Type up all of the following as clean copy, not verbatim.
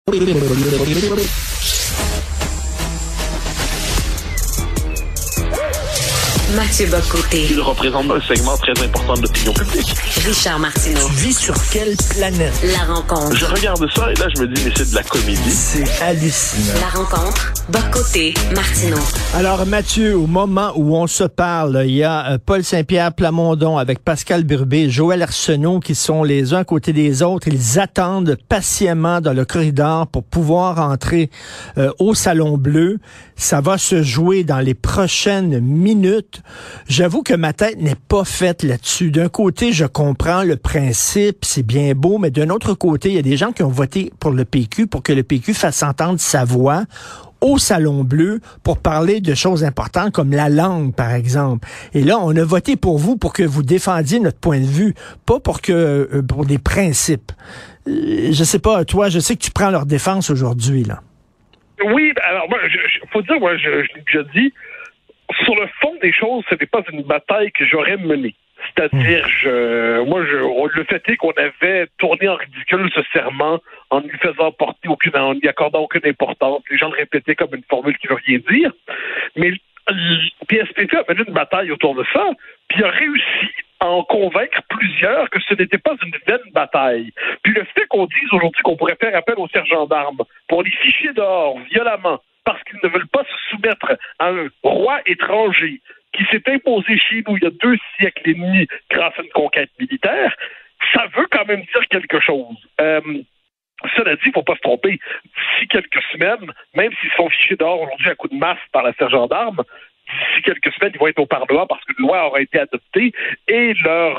Mathieu Bock-Côté. Il représente un segment très important de l'opinion publique. Richard Martineau. Tu vis sur quelle planète? La rencontre. Je regarde ça et là, je me dis, mais c'est de la comédie. C'est hallucinant. La rencontre. Bock-Côté. Martineau. Alors, Mathieu, au moment où on se parle, il y a Paul Saint-Pierre Plamondon avec Pascal Burbé, Joël Arsenault qui sont les uns à côté des autres. Ils attendent patiemment dans le corridor pour pouvoir entrer au Salon Bleu. Ça va se jouer dans les prochaines minutes. J'avoue que ma tête n'est pas faite là-dessus. D'un côté, je comprends le principe, c'est bien beau, mais d'un autre côté, il y a des gens qui ont voté pour le PQ pour que le PQ fasse entendre sa voix au Salon Bleu pour parler de choses importantes comme la langue, par exemple. Et là, on a voté pour vous pour que vous défendiez notre point de vue, pas pour des principes. Je sais pas, toi, je sais que tu prends leur défense aujourd'hui, là. Oui, alors moi, faut dire, moi, je l'ai déjà dit, sur le fond des choses, ce n'est pas une bataille que j'aurais menée. C'est-à-dire, le fait est qu'on avait tourné en ridicule ce serment en ne lui faisant porter en n'y accordant aucune importance. Les gens le répétaient comme une formule qui ne veut rien dire. Mais le PSPP a mené une bataille autour de ça, puis a réussi à en convaincre plusieurs que ce n'était pas une vaine bataille. Puis le fait qu'on dise aujourd'hui qu'on pourrait faire appel aux sergents d'armes pour les ficher dehors violemment parce qu'ils ne veulent pas se soumettre à un roi étranger qui s'est imposé chez nous il y a 2 siècles et demi grâce à une conquête militaire, ça veut quand même dire quelque chose. Cela dit, il ne faut pas se tromper. D'ici quelques semaines, même s'ils sont fichés dehors aujourd'hui à coup de masse par la sergent d'armes, d'ici quelques semaines, ils vont être au Parlement parce qu'une loi aura été adoptée et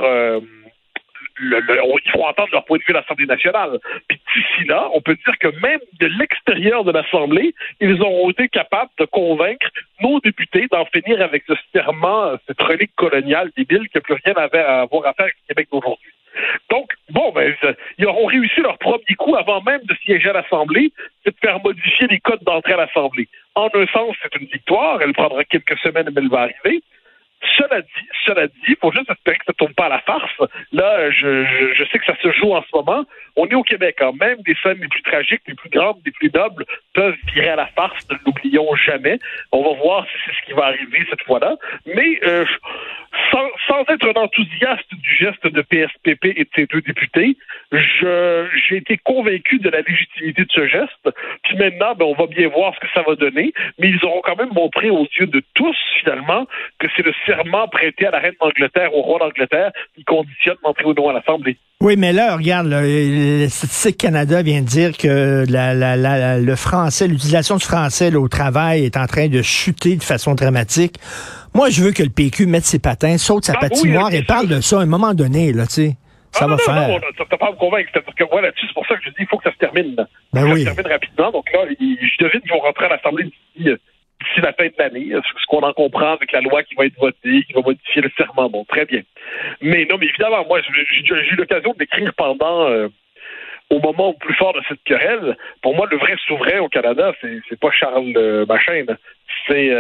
ils feront entendre leur point de vue à l'Assemblée nationale. Puis d'ici là, on peut dire que même de l'extérieur de l'Assemblée, ils auront été capables de convaincre nos députés d'en finir avec ce serment, cette relique coloniale débile qui n'a plus rien à avoir à faire avec le Québec d'aujourd'hui. Donc, ils auront réussi leur premier coup avant même de siéger à l'Assemblée, c'est de faire modifier les codes d'entrée à l'Assemblée. En un sens, c'est une victoire, elle prendra quelques semaines, mais elle va arriver. Cela dit, il faut juste espérer que ça ne tourne pas à la farce. Là, je sais que ça se joue en ce moment. On est au Québec, hein. Même des scènes les plus tragiques, les plus grandes, les plus nobles peuvent virer à la farce, ne l'oublions jamais. On va voir si c'est ce qui va arriver cette fois-là. Mais sans être un enthousiaste du geste de PSPP et de ses 2 députés, j'ai été convaincu de la légitimité de ce geste. Puis maintenant, on va bien voir ce que ça va donner. Mais ils auront quand même montré aux yeux de tous, finalement, que c'est le serment prêté à la reine d'Angleterre, au roi d'Angleterre, qui conditionne l'entrée ou non à l'Assemblée. Oui, mais là, regarde, le Statistique Canada vient de dire que le français, l'utilisation du français là, au travail est en train de chuter de façon dramatique. Moi, je veux que le PQ mette ses patins, saute sa patinoire et parle de ça à un moment donné, là, tu sais. Ça va faire. Non, ça ne peut pas me convaincre. C'est-à-dire que moi, là-dessus, c'est pour ça que je dis il faut que ça se termine. Ben oui. Ça se termine rapidement. Donc là, je devine qu'ils vont rentrer à l'Assemblée d'ici la fin de l'année, ce qu'on en comprend avec la loi qui va être votée, qui va modifier le serment. Bon, très bien. Mais non, mais évidemment, moi, j'ai eu l'occasion d'écrire pendant, au moment plus fort de cette querelle. Pour moi, le vrai souverain au Canada, c'est pas Charles Machin, c'est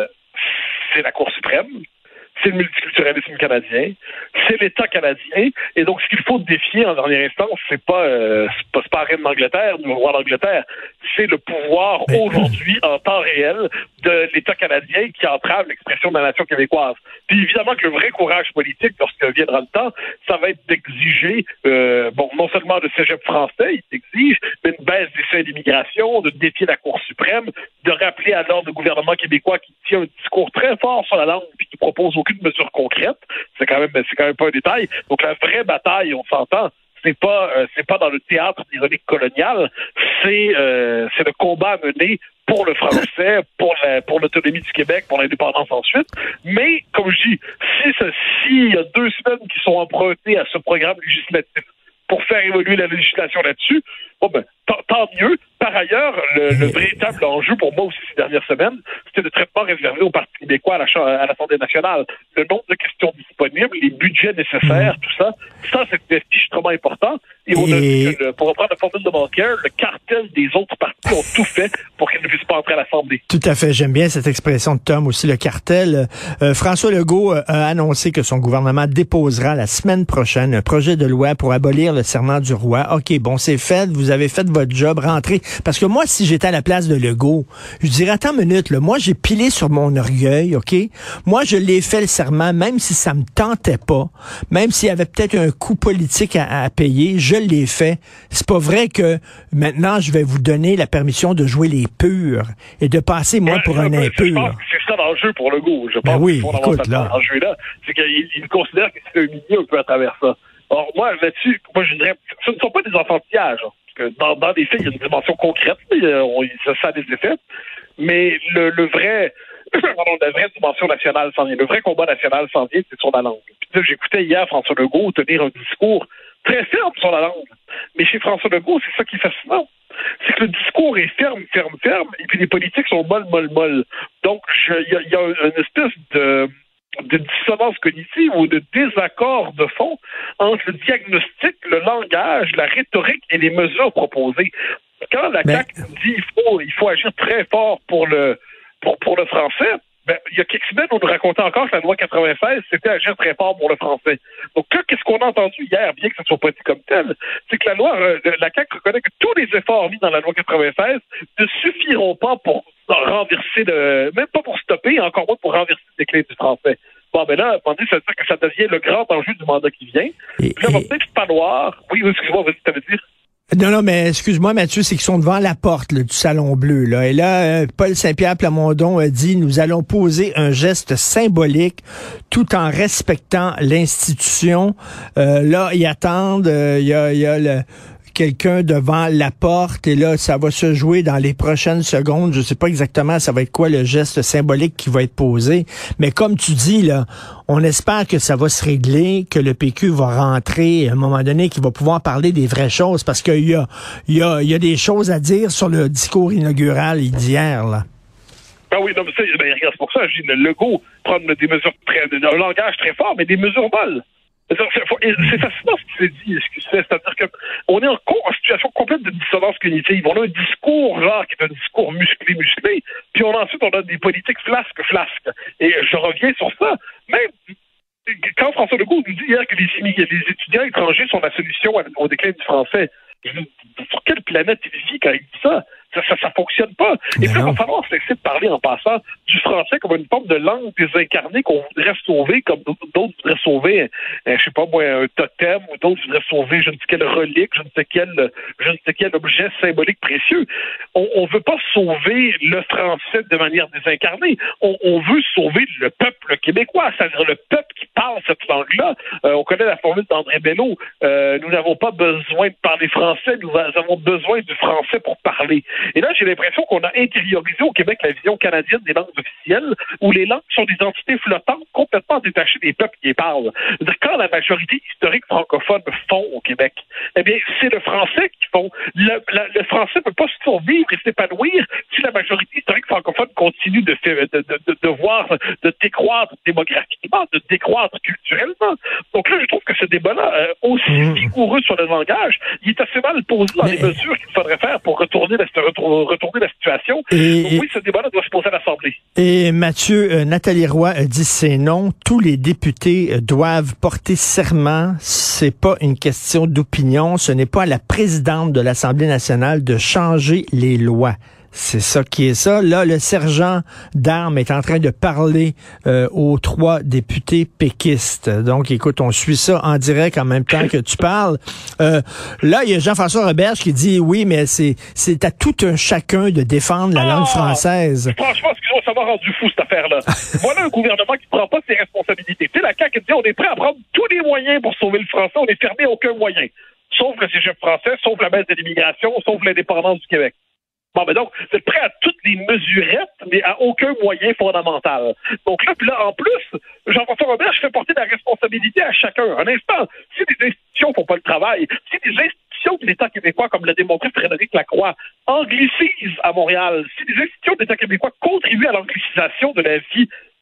la Cour suprême. C'est le multiculturalisme canadien, c'est l'État canadien, et donc ce qu'il faut défier en dernière instance, c'est pas la reine d'Angleterre ou le roi d'Angleterre, c'est le pouvoir aujourd'hui en temps réel de l'État canadien qui entrave l'expression de la nation québécoise. Puis évidemment que le vrai courage politique, lorsque viendra le temps, ça va être d'exiger, non seulement le cégep français, il exige, mais une baisse des seuils d'immigration, de défier la Cour suprême, de rappeler alors le gouvernement québécois qui tient un discours très fort sur la langue puis qui propose aucune mesure concrète. C'est quand même pas un détail. Donc la vraie bataille, on s'entend, c'est pas dans le théâtre des reliques coloniales, c'est le combat à mener pour le français, pour l'autonomie du Québec, pour l'indépendance ensuite. Mais, comme je dis, s'il y a 2 semaines qui sont empruntées à ce programme législatif pour faire évoluer la législation là-dessus, tant mieux. Par ailleurs, le véritable enjeu pour moi aussi ces dernières semaines, c'était le traitement réservé au Parti québécois à l'Assemblée nationale. Le nombre de questions disponibles, les budgets nécessaires, tout ça c'était extrêmement important. Et on a vu que, pour reprendre la formule de Mulcair, le cartel des autres partis partis ont tout fait pour qu'ils ne puissent pas entrer à l'Assemblée. Tout à fait. J'aime bien cette expression de Tom aussi, le cartel. François Legault a annoncé que son gouvernement déposera la semaine prochaine un projet de loi pour abolir le serment du roi. OK, bon, c'est fait. Vous avez fait votre job. Rentrez. Parce que moi, si j'étais à la place de Legault, je dirais, attends une minute, là, moi, j'ai pilé sur mon orgueil, OK? Moi, je l'ai fait le serment, même si ça me tentait pas, même s'il y avait peut-être un coût politique à payer, je l'ai fait. C'est pas vrai que maintenant, je vais vous donner la permission de jouer les purs et de passer, moi, pour un impur. Je pense que c'est ça l'enjeu pour Legault. Je pense oui, que écoute, là. l'enjeu là, c'est qu'il considère qu'il s'est humilié un peu à travers ça. Or, moi, là-dessus, je dirais, ce ne sont pas des enfantillages. Parce que dans des faits, il y a une dimension concrète, ça a des effets. Mais la vraie dimension nationale s'en vient. Le vrai combat national s'en vient, c'est sur la langue. Puis là, j'écoutais hier François Legault tenir un discours très ferme sur la langue. Mais chez François Legault, c'est ça qui est fascinant. C'est que le discours est ferme, et puis les politiques sont molles. Donc, il y a une espèce de dissonance cognitive ou de désaccord de fond entre le diagnostic, le langage, la rhétorique et les mesures proposées. Quand la CAQ dit il faut agir très fort pour le français, il y a quelques semaines, on nous racontait encore que la loi 96, c'était agir très fort pour le français. Donc là, qu'est-ce qu'on a entendu hier, bien que ça ne soit pas dit comme tel, c'est que la CAQ reconnaît que tous les efforts mis dans la loi 96 ne suffiront pas pour renverser même pas pour stopper, encore moins pour renverser le déclin du français. Bon, ben là, ça veut dire que ça devient le grand enjeu du mandat qui vient. Puis là, va peut-être falloir... Oui, excuse-moi, vas-y, tu veux dire? Non, mais excuse-moi, Mathieu, c'est qu'ils sont devant la porte du Salon Bleu. Là. Et là, Paul Saint-Pierre Plamondon a dit, nous allons poser un geste symbolique tout en respectant l'institution. Là, ils attendent, il y a quelqu'un devant la porte et là, ça va se jouer dans les prochaines secondes. Je sais pas exactement ça va être quoi le geste symbolique qui va être posé. Mais comme tu dis, là, on espère que ça va se régler, que le PQ va rentrer à un moment donné, qu'il va pouvoir parler des vraies choses parce qu'il y a des choses à dire sur le discours inaugural d'hier, là. Ah oui, non, mais regarde, c'est pour ça, je dis, le Legault prend des mesures un langage très fort, mais des mesures molles. C'est fascinant ce qui s'est dit, c'est-à-dire qu'on est en situation complète de dissonance cognitive. On a un discours qui est un discours musclé, puis ensuite on a des politiques flasques. Et je reviens sur ça. Même quand François Legault nous dit hier que les étudiants étrangers sont la solution au déclin du français, sur quelle planète il vit quand il dit ça? Ça fonctionne pas. Et puis, il va falloir cesser de parler en passant du français comme une forme de langue désincarnée qu'on voudrait sauver, comme d'autres voudraient sauver, je sais pas moi, un totem, ou d'autres voudraient sauver je ne sais quelle relique, je ne sais quel objet symbolique précieux. On veut pas sauver le français de manière désincarnée. On veut sauver le peuple québécois, c'est-à-dire le peuple qui parle cette langue-là. On connaît la formule d'André Bello. Nous n'avons pas besoin de parler français, nous avons besoin du français pour parler. Et là, j'ai l'impression qu'on a intériorisé au Québec la vision canadienne des langues officielles, où les langues sont des entités flottantes complètement détachées des peuples qui les parlent. C'est-à-dire, quand la majorité historique francophone font au Québec, eh bien, c'est le français qui font. Le français ne peut pas survivre et s'épanouir si la majorité historique francophone continue de décroître démographiquement, de décroître culturellement. Donc là, je trouve que ce débat-là, aussi vigoureux sur le langage, il est assez mal posé dans les mesures qu'il faudrait faire pour retourner la situation. Donc oui, ce débat-là doit se poser à l'Assemblée. Et Mathieu, Nathalie Roy a dit c'est non. Tous les députés doivent porter serment. C'est pas une question d'opinion. Ce n'est pas à la présidente de l'Assemblée nationale de changer les lois. C'est ça qui est ça. Là, le sergent d'armes est en train de parler aux 3 députés péquistes. Donc, écoute, on suit ça en direct en même temps que tu parles. Là, il y a Jean-François Roberge qui dit oui, mais c'est à tout un chacun de défendre la langue française. Franchement, excusez-moi, ça m'a rendu fou cette affaire-là. Voilà un gouvernement qui ne prend pas ses responsabilités. Tu sais, la CAQ dit on est prêt à prendre tous les moyens pour sauver le français, on est fermé à aucun moyen. Sauf le cégep français, sauf la baisse de l'immigration, sauf l'indépendance du Québec. Bon, ben donc, vous êtes prêt à toutes les mesurettes, mais à aucun moyen fondamental. Donc là, en plus, Jean-François Roberge fait porter la responsabilité à chacun. Un instant, si les institutions font pas le travail, si les institutions de l'État québécois, comme l'a démontré Frédéric Lacroix, anglicisent à Montréal, si les institutions de l'État québécois contribuent à l'anglicisation de la vie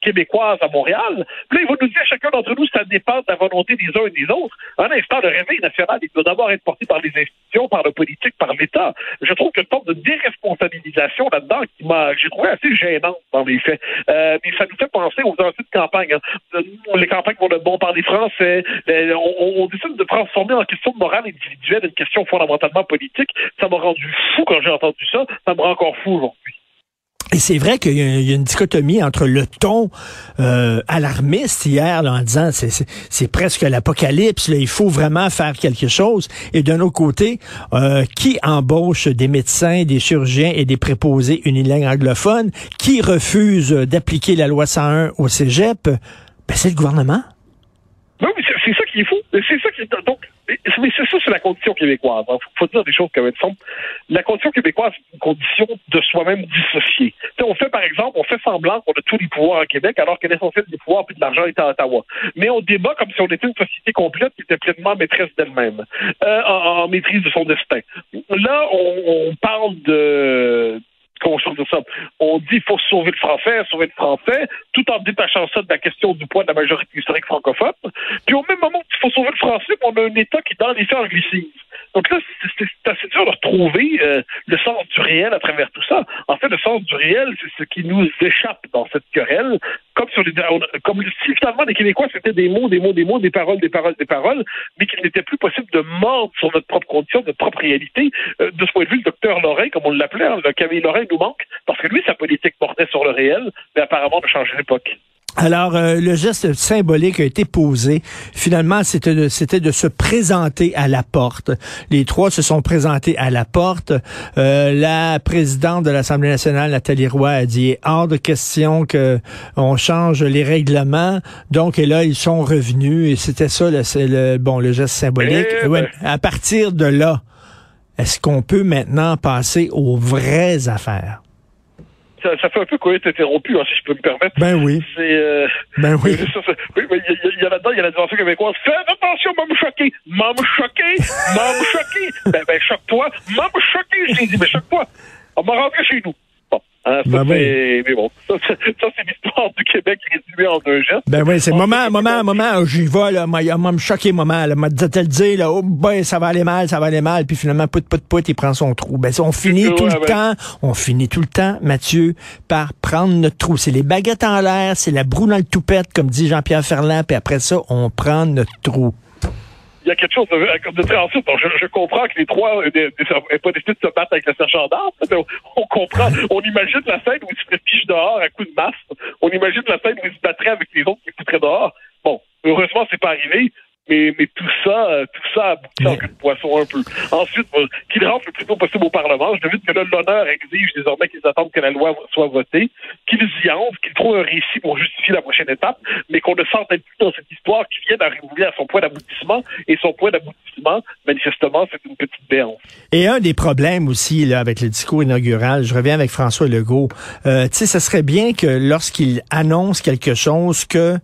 québécoise à Montréal. Puis là, il va nous dire à chacun d'entre nous, ça dépend de la volonté des uns et des autres. Un instant, le réveil national, il doit d'abord être porté par les institutions, par le politique, par l'État. Je trouve qu'il y a une forme de déresponsabilisation là-dedans j'ai trouvé assez gênante dans les faits. Mais ça nous fait penser aux anciennes campagnes. Les campagnes pour le bon par les Français. On décide de transformer en question de morale individuelle une question fondamentalement politique. Ça m'a rendu fou quand j'ai entendu ça. Ça me rend encore fou aujourd'hui. Et c'est vrai qu'il y a une dichotomie entre le ton alarmiste hier là, en disant c'est presque l'apocalypse, là, il faut vraiment faire quelque chose. Et d'un autre côté, qui embauche des médecins, des chirurgiens et des préposés unilingues anglophones, qui refuse d'appliquer la loi 101 au cégep? Ben, c'est le gouvernement. Non, mais c'est ça qui est fou. C'est ça qui est... Donc, mais c'est la condition québécoise. Il faut dire des choses comme elles sont. La condition québécoise, c'est une condition de soi-même dissociée. On fait, par exemple, on fait semblant qu'on a tous les pouvoirs au Québec, alors que l'essentiel des pouvoirs et de l'argent est à Ottawa. Mais on débat comme si on était une société complète qui était pleinement maîtresse d'elle-même, en maîtrise de son destin. Là, on parle de... On dit qu'il faut sauver le français, tout en détachant ça de la question du poids de la majorité historique francophone. Puis au même moment qu'il faut sauver le français, on a un État qui, dans les faits, anglicise. Donc là, c'est assez dur de retrouver le sens du réel à travers tout ça. En fait, le sens du réel, c'est ce qui nous échappe dans cette querelle, comme si finalement les Québécois, c'était des mots, des paroles, mais qu'il n'était plus possible de mordre sur notre propre condition, notre propre réalité. De ce point de vue, le docteur Lorrain, comme on l'appelait, Camille Lorrain nous manque, parce que lui, sa politique portait sur le réel, mais apparemment de changer l'époque. Alors, le geste symbolique a été posé. Finalement, c'était de se présenter à la porte. Les trois se sont présentés à la porte. La présidente de l'Assemblée nationale, Nathalie Roy, a dit hors de question que on change les règlements. Donc, et là, ils sont revenus. Et c'était ça, le geste symbolique. Ouais, à partir de là, est-ce qu'on peut maintenant passer aux vraies affaires? Ça fait un peu cohérent interrompu, hein, si je peux me permettre. Ben oui. Ben oui. Il y a là-dedans, il y a la dimension québécoise. Fais attention, m'a me choqué. Ben, choque-toi. M'a me choqué, j'ai dit, mais choque-toi. On m'a rentré chez nous. Bon. Mais bon, ça c'est l'histoire du Québec résumée en un geste. Ben oui, c'est moment, j'y vais, là, m'a me choqué, maman, là, m'a dit te le dire, là, oh, ben, ça va aller mal, puis finalement, pout, il prend son trou. Ben, on finit tout le temps, Mathieu, par prendre notre trou. C'est les baguettes en l'air, c'est la broue dans le toupette, comme dit Jean-Pierre Ferland, puis après ça, on prend notre trou. Il y a quelque chose de très ensuite. Je comprends que les trois n'aient pas décidé de se battre avec le sergent d'armes. On comprend. On imagine la scène où ils se fichent dehors à coups de masse. On imagine la scène où ils se battraient avec les autres qui foutraient dehors. Bon, heureusement, c'est pas arrivé. Mais tout ça aboutit en queue de poisson un peu. Ensuite, qu'ils rentrent le plus tôt possible au Parlement. Je devine que là, l'honneur exige désormais qu'ils attendent que la loi soit votée, qu'ils y entrent, qu'ils trouvent un récit pour justifier la prochaine étape, mais qu'on ne s'entête plus dans cette histoire qui vient d'arriver à son point d'aboutissement. Et son point d'aboutissement, manifestement, c'est une petite béance. Et un des problèmes aussi, là, avec le discours inaugural, je reviens avec François Legault, tu sais, ça serait bien que lorsqu'il annonce quelque chose que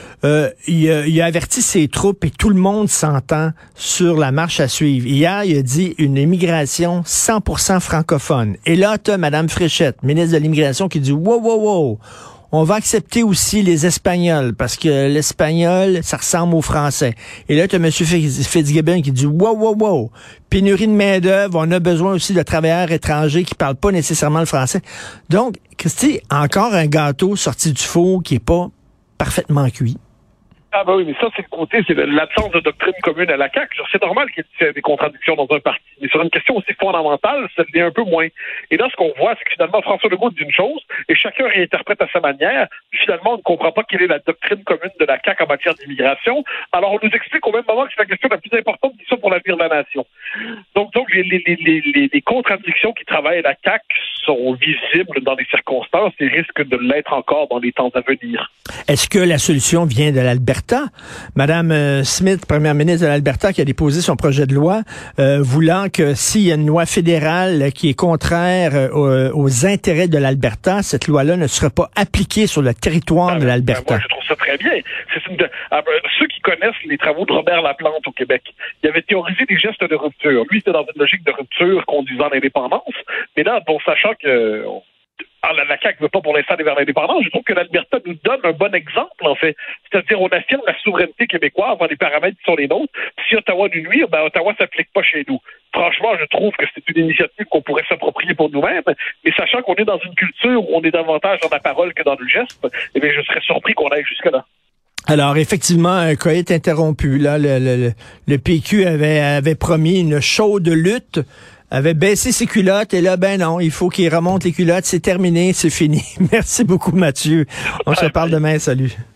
il a averti ses troupes et tout le monde s'entend sur la marche à suivre. Hier, il a dit une immigration 100% francophone. Et là, tu as Mme Fréchette, ministre de l'Immigration, qui dit wow, on va accepter aussi les Espagnols, parce que l'espagnol, ça ressemble au français. Et là, tu as M. Fitzgibbon qui dit wow, pénurie de main-d'œuvre, on a besoin aussi de travailleurs étrangers qui parlent pas nécessairement le français. Donc, Christy, encore un gâteau sorti du four qui est pas parfaitement cuit. Ah ben oui, mais ça, c'est le côté, c'est l'absence de doctrine commune à la CAQ. C'est normal qu'il y ait des contradictions dans un parti, mais sur une question aussi fondamentale, ça l'est un peu moins. Et là, ce qu'on voit, c'est que finalement, François Legault dit une chose, et chacun réinterprète à sa manière, puis finalement, on ne comprend pas quelle est la doctrine commune de la CAQ en matière d'immigration. Alors, on nous explique au même moment que c'est la question la plus importante qui soit pour l'avenir de la nation. Donc les contradictions qui travaillent à la CAQ sont visibles dans les circonstances et risquent de l'être encore dans les temps à venir. Est-ce que la solution vient de l'Alberta? Madame Smith, première ministre de l'Alberta, qui a déposé son projet de loi voulant que s'il y a une loi fédérale qui est contraire aux intérêts de l'Alberta, cette loi-là ne sera pas appliquée sur le territoire de l'Alberta. Moi, je trouve ça très bien. Ceux qui connaissent les travaux de Robert Laplante au Québec, il avait théorisé des gestes de rupture. Lui, c'était dans une logique de rupture conduisant à l'indépendance. Mais là, bon, sachant que la CAQ ne veut pas pour l'instant aller vers l'indépendance. Je trouve que l'Alberta nous donne un bon exemple, en fait. C'est-à-dire, on affirme la souveraineté québécoise dans les paramètres qui sont les nôtres. Puis si Ottawa nous nuit, Ottawa ne s'applique pas chez nous. Franchement, je trouve que c'est une initiative qu'on pourrait s'approprier pour nous-mêmes, mais sachant qu'on est dans une culture où on est davantage dans la parole que dans le geste, eh bien, je serais surpris qu'on aille jusque-là. Alors, effectivement, un coït interrompu. Là, le PQ avait promis une chaude lutte, avait baissé ses culottes, et là, ben non, il faut qu'il remonte les culottes. C'est terminé, c'est fini. Merci beaucoup, Mathieu. On se parle demain. Salut.